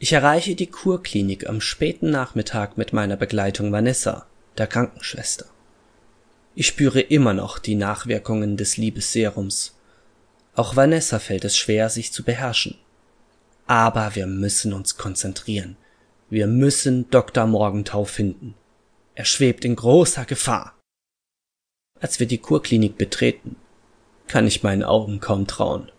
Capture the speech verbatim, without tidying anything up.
Ich erreiche die Kurklinik am späten Nachmittag mit meiner Begleitung Vanessa, der Krankenschwester. Ich spüre immer noch die Nachwirkungen des Liebesserums. Auch Vanessa fällt es schwer, sich zu beherrschen. Aber wir müssen uns konzentrieren. Wir müssen Doktor Morgenthau finden. Er schwebt in großer Gefahr. Als wir die Kurklinik betreten, kann ich meinen Augen kaum trauen.